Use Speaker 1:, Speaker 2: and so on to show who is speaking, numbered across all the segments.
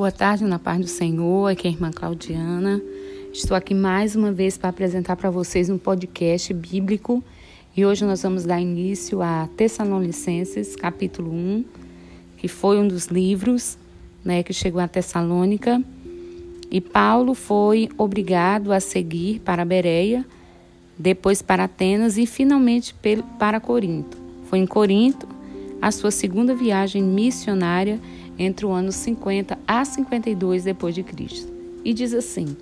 Speaker 1: Boa tarde, na paz do Senhor. Aqui é a irmã Claudiana. Estou aqui mais uma vez para apresentar para vocês um podcast bíblico. E hoje nós vamos dar início a Tessalonicenses, capítulo 1, que foi um dos livros que chegou a Tessalônica. E Paulo foi obrigado a seguir para Bereia, depois para Atenas e finalmente para Corinto. Foi em Corinto a sua segunda viagem missionária entre o ano 50 a 52 depois de Cristo. E diz assim: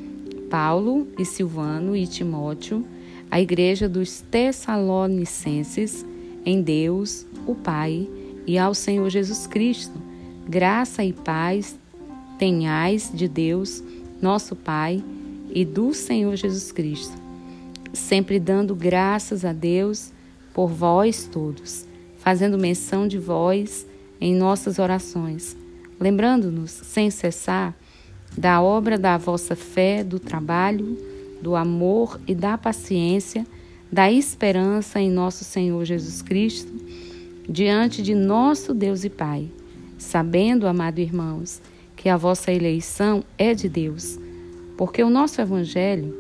Speaker 1: Paulo e Silvano e Timóteo, a igreja dos Tessalonicenses, em Deus, o Pai, e ao Senhor Jesus Cristo, graça e paz tenhais de Deus, nosso Pai, e do Senhor Jesus Cristo, sempre dando graças a Deus por vós todos, fazendo menção de vós em nossas orações, lembrando-nos sem cessar da obra da vossa fé, do trabalho, do amor e da paciência, da esperança em nosso Senhor Jesus Cristo, diante de nosso Deus e Pai, sabendo, amados irmãos, que a vossa eleição é de Deus, porque o nosso Evangelho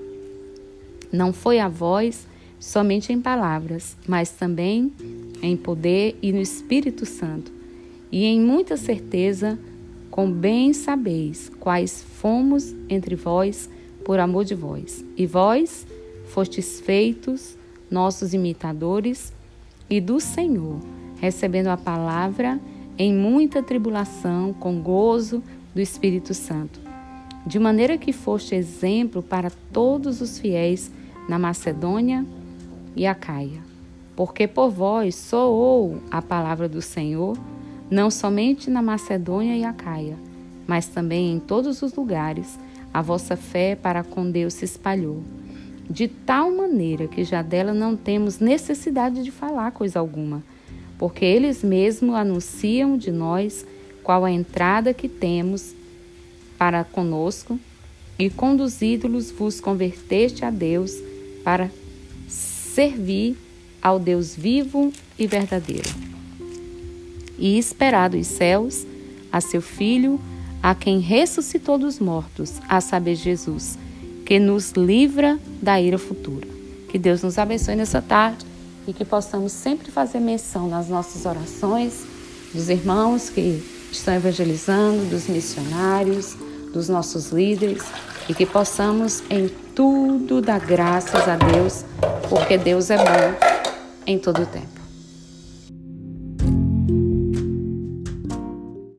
Speaker 1: não foi a vós somente em palavras, mas também em poder e no Espírito Santo, e em muita certeza, com bem sabeis quais fomos entre vós por amor de vós. E vós fostes feitos nossos imitadores e do Senhor, recebendo a palavra em muita tribulação, com gozo do Espírito Santo, de maneira que foste exemplo para todos os fiéis na Macedônia e Acaia. Porque por vós soou a palavra do Senhor, não somente na Macedônia e Acaia, mas também em todos os lugares, a vossa fé para com Deus se espalhou, de tal maneira que já dela não temos necessidade de falar coisa alguma, porque eles mesmos anunciam de nós qual a entrada que temos para conosco, e conduzidos vos converteste a Deus para servir ao Deus vivo e verdadeiro, e esperar dos céus a seu Filho, a quem ressuscitou dos mortos, a saber, Jesus, que nos livra da ira futura. Que Deus nos abençoe nessa tarde e que possamos sempre fazer menção nas nossas orações dos irmãos que estão evangelizando, dos missionários, dos nossos líderes, e que possamos em tudo dar graças a Deus, porque Deus é bom em todo o tempo.